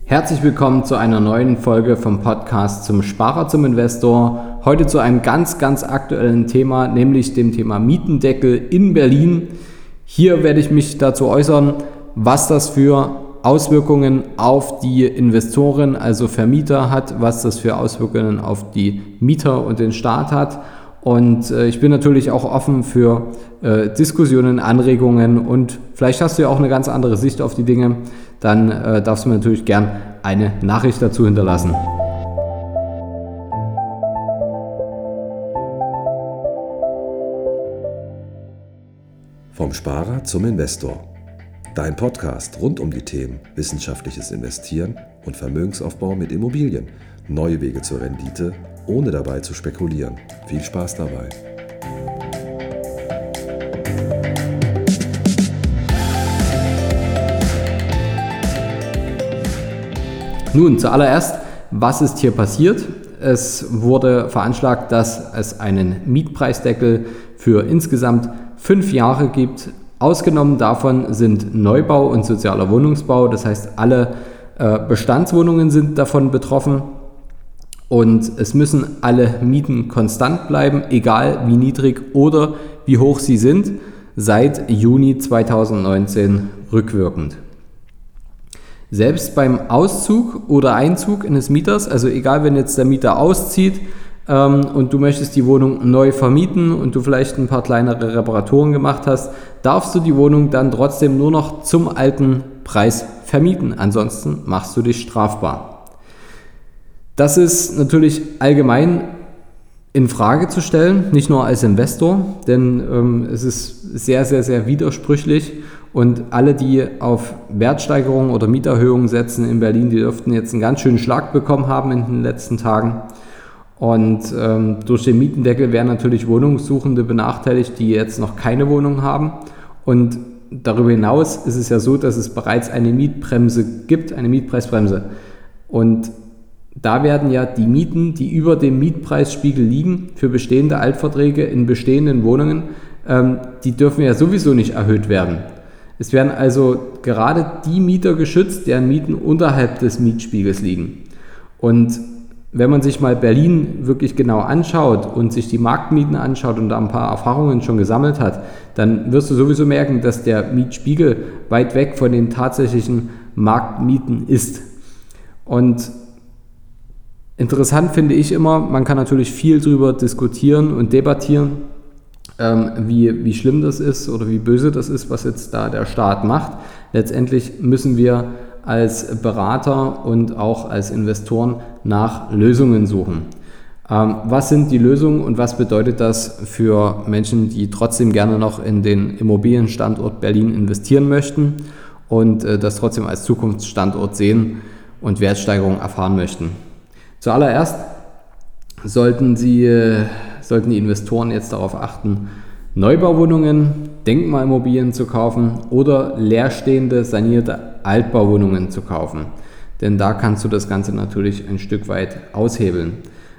Herzlich willkommen zu einer neuen Folge vom Podcast zum Sparer zum Investor. Heute zu einem ganz aktuellen Thema, nämlich dem Thema Mietendeckel in Berlin. Hier werde ich mich dazu äußern, was das für Auswirkungen auf die Investoren, also Vermieter hat, was das für Auswirkungen auf die Mieter und den Staat hat. Und ich bin natürlich auch offen für Diskussionen, Anregungen und vielleicht hast du ja auch eine ganz andere Sicht auf die Dinge. Dann darfst du mir natürlich gern eine Nachricht dazu hinterlassen. Vom Sparer zum Investor. Dein Podcast rund um die Themen wissenschaftliches Investieren und Vermögensaufbau mit Immobilien. Neue Wege zur Rendite, ohne dabei zu spekulieren. Viel Spaß dabei. Nun, zuallererst, was ist hier passiert? Es wurde veranschlagt, dass es einen Mietpreisdeckel für insgesamt 5 Jahre gibt. Ausgenommen davon sind Neubau und sozialer Wohnungsbau. Das heißt, alle Bestandswohnungen sind davon betroffen. Und es müssen alle Mieten konstant bleiben, egal wie niedrig oder wie hoch sie sind, seit Juni 2019 rückwirkend. Selbst beim Auszug oder Einzug eines Mieters, also egal, wenn jetzt der Mieter auszieht und du möchtest die Wohnung neu vermieten und du vielleicht ein paar kleinere Reparaturen gemacht hast, darfst du die Wohnung dann trotzdem nur noch zum alten Preis vermieten. Ansonsten machst du dich strafbar. Das ist natürlich allgemein in Frage zu stellen, nicht nur als Investor, denn es ist sehr widersprüchlich und alle, die auf Wertsteigerungen oder Mieterhöhungen setzen in Berlin, die dürften jetzt einen ganz schönen Schlag bekommen haben in den letzten Tagen. Und durch den Mietendeckel werden natürlich Wohnungssuchende benachteiligt, die jetzt noch keine Wohnung haben. Und darüber hinaus ist es ja so, dass es bereits eine Mietbremse gibt, eine Mietpreisbremse. Und da werden ja die Mieten, die über dem Mietpreisspiegel liegen, für bestehende Altverträge in bestehenden Wohnungen, die dürfen ja sowieso nicht erhöht werden. Es werden also gerade die Mieter geschützt, deren Mieten unterhalb des Mietspiegels liegen. Und wenn man sich mal Berlin wirklich genau anschaut und sich die Marktmieten anschaut und da ein paar Erfahrungen schon gesammelt hat, dann wirst du sowieso merken, dass der Mietspiegel weit weg von den tatsächlichen Marktmieten ist. Und interessant finde ich immer, man kann natürlich viel darüber diskutieren und debattieren, wie schlimm das ist oder wie böse das ist, was jetzt da der Staat macht. Letztendlich müssen wir als Berater und auch als Investoren nach Lösungen suchen. Was sind die Lösungen und was bedeutet das für Menschen, die trotzdem gerne noch in den Immobilienstandort Berlin investieren möchten und das trotzdem als Zukunftsstandort sehen und Wertsteigerung erfahren möchten? Zuallererst sollten die Investoren jetzt darauf achten, Neubauwohnungen, Denkmalimmobilien zu kaufen oder leerstehende, sanierte Altbauwohnungen zu kaufen. Denn da kannst du das Ganze natürlich ein Stück weit aushebeln.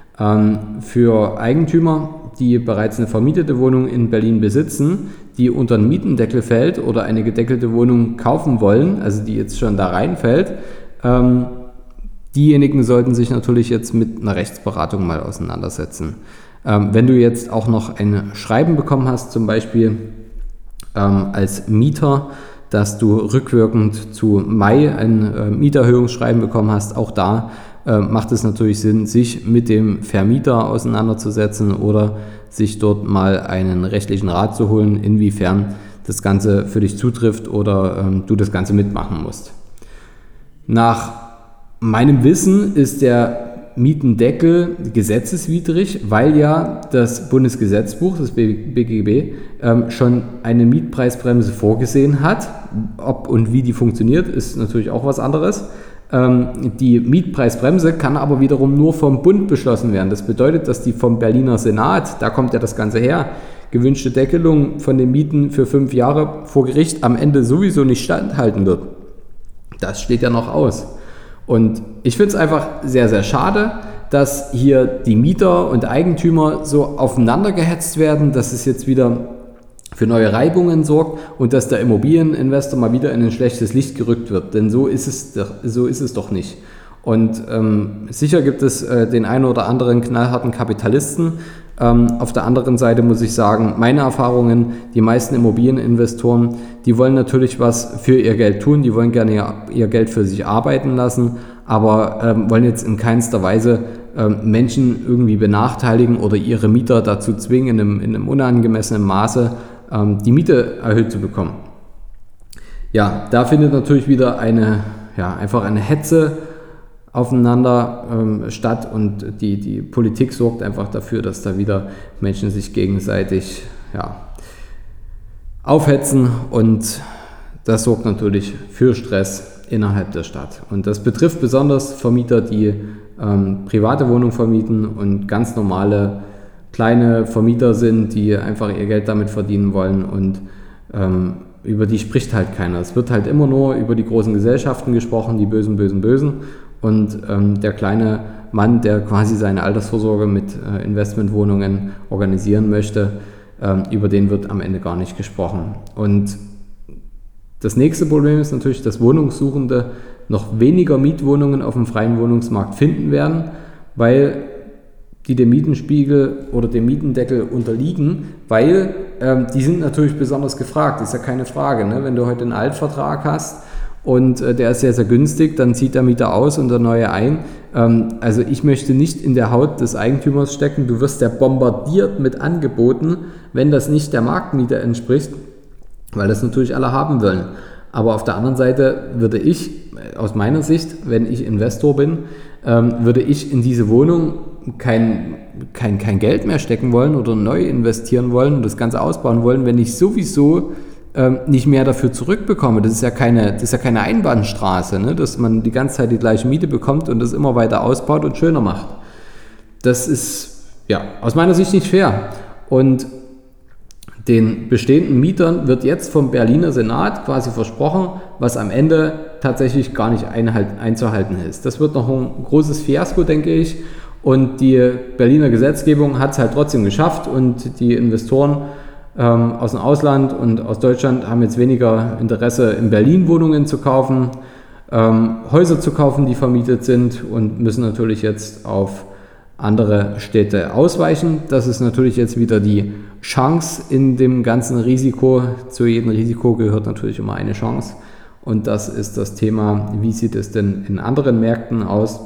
Für Eigentümer, die bereits eine vermietete Wohnung in Berlin besitzen, die unter den Mietendeckel fällt oder eine gedeckelte Wohnung kaufen wollen, also die jetzt schon da reinfällt, diejenigen sollten sich natürlich jetzt mit einer Rechtsberatung mal auseinandersetzen. Wenn du jetzt auch noch ein Schreiben bekommen hast, zum Beispiel als Mieter, dass du rückwirkend zu Mai ein Mieterhöhungsschreiben bekommen hast, auch da macht es natürlich Sinn, sich mit dem Vermieter auseinanderzusetzen oder sich dort mal einen rechtlichen Rat zu holen, inwiefern das Ganze für dich zutrifft oder du das Ganze mitmachen musst. Nach meinem Wissen ist der Mietendeckel gesetzeswidrig, weil ja das Bundesgesetzbuch, das BGB, schon eine Mietpreisbremse vorgesehen hat. Ob und wie die funktioniert, ist natürlich auch was anderes. Die Mietpreisbremse kann aber wiederum nur vom Bund beschlossen werden. Das bedeutet, dass die vom Berliner Senat, da kommt ja das Ganze her, gewünschte Deckelung von den Mieten für 5 Jahre vor Gericht am Ende sowieso nicht standhalten wird. Das steht ja noch aus. Und ich finde es einfach sehr schade, dass hier die Mieter und Eigentümer so aufeinander gehetzt werden, dass es jetzt wieder für neue Reibungen sorgt und dass der Immobilieninvestor mal wieder in ein schlechtes Licht gerückt wird. Denn so ist es doch nicht. Und sicher gibt es den einen oder anderen knallharten Kapitalisten. Auf der anderen Seite muss ich sagen, meine Erfahrungen, die meisten Immobilieninvestoren, die wollen natürlich was für ihr Geld tun, die wollen gerne ihr Geld für sich arbeiten lassen, aber wollen jetzt in keinster Weise Menschen irgendwie benachteiligen oder ihre Mieter dazu zwingen, in einem unangemessenen Maße die Miete erhöht zu bekommen. Ja, da findet natürlich wieder einfach eine Hetze aufeinander statt und die Politik sorgt einfach dafür, dass da wieder Menschen sich gegenseitig aufhetzen und das sorgt natürlich für Stress innerhalb der Stadt. Und das betrifft besonders Vermieter, die private Wohnungen vermieten und ganz normale kleine Vermieter sind, die einfach ihr Geld damit verdienen wollen und über die spricht halt keiner. Es wird halt immer nur über die großen Gesellschaften gesprochen, die Bösen, Bösen, Bösen. Und der kleine Mann, der quasi seine Altersvorsorge mit Investmentwohnungen organisieren möchte, über den wird am Ende gar nicht gesprochen. Und das nächste Problem ist natürlich, dass Wohnungssuchende noch weniger Mietwohnungen auf dem freien Wohnungsmarkt finden werden, weil die dem Mietenspiegel oder dem Mietendeckel unterliegen, weil die sind natürlich besonders gefragt, ist ja keine Frage. Ne? Wenn du heute einen Altvertrag hast, und der ist sehr, sehr günstig, dann zieht der Mieter aus und der neue ein. Also ich möchte nicht in der Haut des Eigentümers stecken. Du wirst ja bombardiert mit Angeboten, wenn das nicht der Marktmiete entspricht, weil das natürlich alle haben wollen. Aber auf der anderen Seite würde ich, aus meiner Sicht, wenn ich Investor bin, würde ich in diese Wohnung kein Geld mehr stecken wollen oder neu investieren wollen und das Ganze ausbauen wollen, wenn ich sowieso nicht mehr dafür zurückbekomme. Das ist ja keine Einbahnstraße, ne? Dass man die ganze Zeit die gleiche Miete bekommt und das immer weiter ausbaut und schöner macht. Das ist aus meiner Sicht nicht fair. Und den bestehenden Mietern wird jetzt vom Berliner Senat quasi versprochen, was am Ende tatsächlich gar nicht einzuhalten ist. Das wird noch ein großes Fiasko, denke ich. Und die Berliner Gesetzgebung hat es halt trotzdem geschafft und die Investoren aus dem Ausland und aus Deutschland haben jetzt weniger Interesse, in Berlin Wohnungen zu kaufen, Häuser zu kaufen, die vermietet sind und müssen natürlich jetzt auf andere Städte ausweichen. Das ist natürlich jetzt wieder die Chance in dem ganzen Risiko. Zu jedem Risiko gehört natürlich immer eine Chance und das ist das Thema, wie sieht es denn in anderen Märkten aus?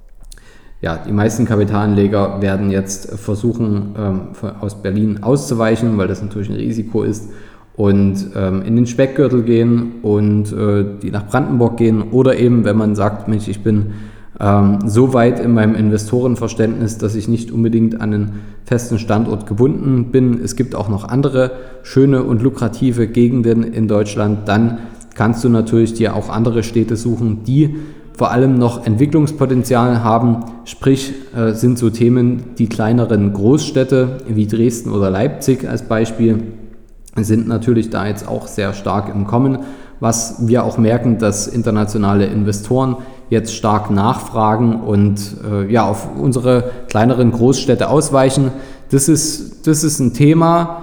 Ja, die meisten Kapitalanleger werden jetzt versuchen, aus Berlin auszuweichen, weil das natürlich ein Risiko ist und in den Speckgürtel gehen und die nach Brandenburg gehen oder eben, wenn man sagt, Mensch, ich bin so weit in meinem Investorenverständnis, dass ich nicht unbedingt an einen festen Standort gebunden bin. Es gibt auch noch andere schöne und lukrative Gegenden in Deutschland. Dann kannst du natürlich dir auch andere Städte suchen, die vor allem noch Entwicklungspotenzial haben, sprich sind so Themen, die kleineren Großstädte wie Dresden oder Leipzig als Beispiel sind natürlich da jetzt auch sehr stark im Kommen, was wir auch merken, dass internationale Investoren jetzt stark nachfragen und auf unsere kleineren Großstädte ausweichen. Das ist ein Thema,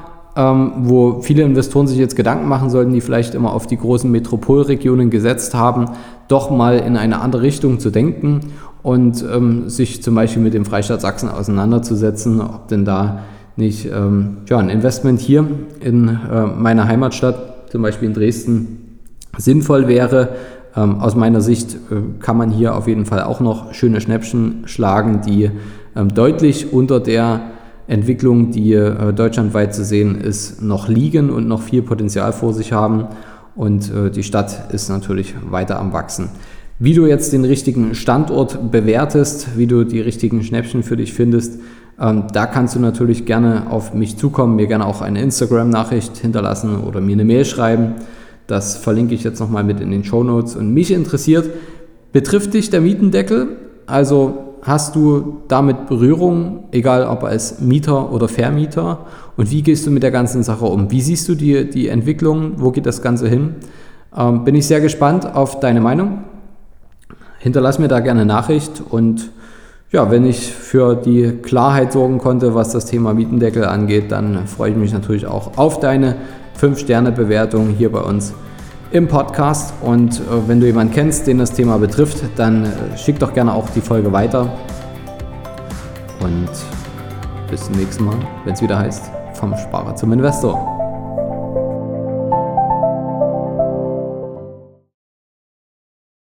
wo viele Investoren sich jetzt Gedanken machen sollten, die vielleicht immer auf die großen Metropolregionen gesetzt haben, doch mal in eine andere Richtung zu denken und sich zum Beispiel mit dem Freistaat Sachsen auseinanderzusetzen, ob denn da nicht ein Investment hier in meiner Heimatstadt, zum Beispiel in Dresden, sinnvoll wäre. Aus meiner Sicht kann man hier auf jeden Fall auch noch schöne Schnäppchen schlagen, die deutlich unter der Entwicklung, die deutschlandweit zu sehen ist, noch liegen und noch viel Potenzial vor sich haben. Und die Stadt ist natürlich weiter am Wachsen. Wie du jetzt den richtigen Standort bewertest, wie du die richtigen Schnäppchen für dich findest, da kannst du natürlich gerne auf mich zukommen, mir gerne auch eine Instagram-Nachricht hinterlassen oder mir eine Mail schreiben. Das verlinke ich jetzt nochmal mit in den Shownotes. Und mich interessiert, betrifft dich der Mietendeckel? Also hast du damit Berührung, egal ob als Mieter oder Vermieter? Und wie gehst du mit der ganzen Sache um? Wie siehst du die Entwicklung? Wo geht das Ganze hin? Bin ich sehr gespannt auf deine Meinung. Hinterlass mir da gerne eine Nachricht und Ja, wenn ich für die Klarheit sorgen konnte, was das Thema Mietendeckel angeht, dann freue ich mich natürlich auch auf deine 5-Sterne-Bewertung hier bei uns im Podcast. Und wenn du jemanden kennst, den das Thema betrifft, dann schick doch gerne auch die Folge weiter. Und bis zum nächsten Mal, wenn es wieder heißt, vom Sparer zum Investor.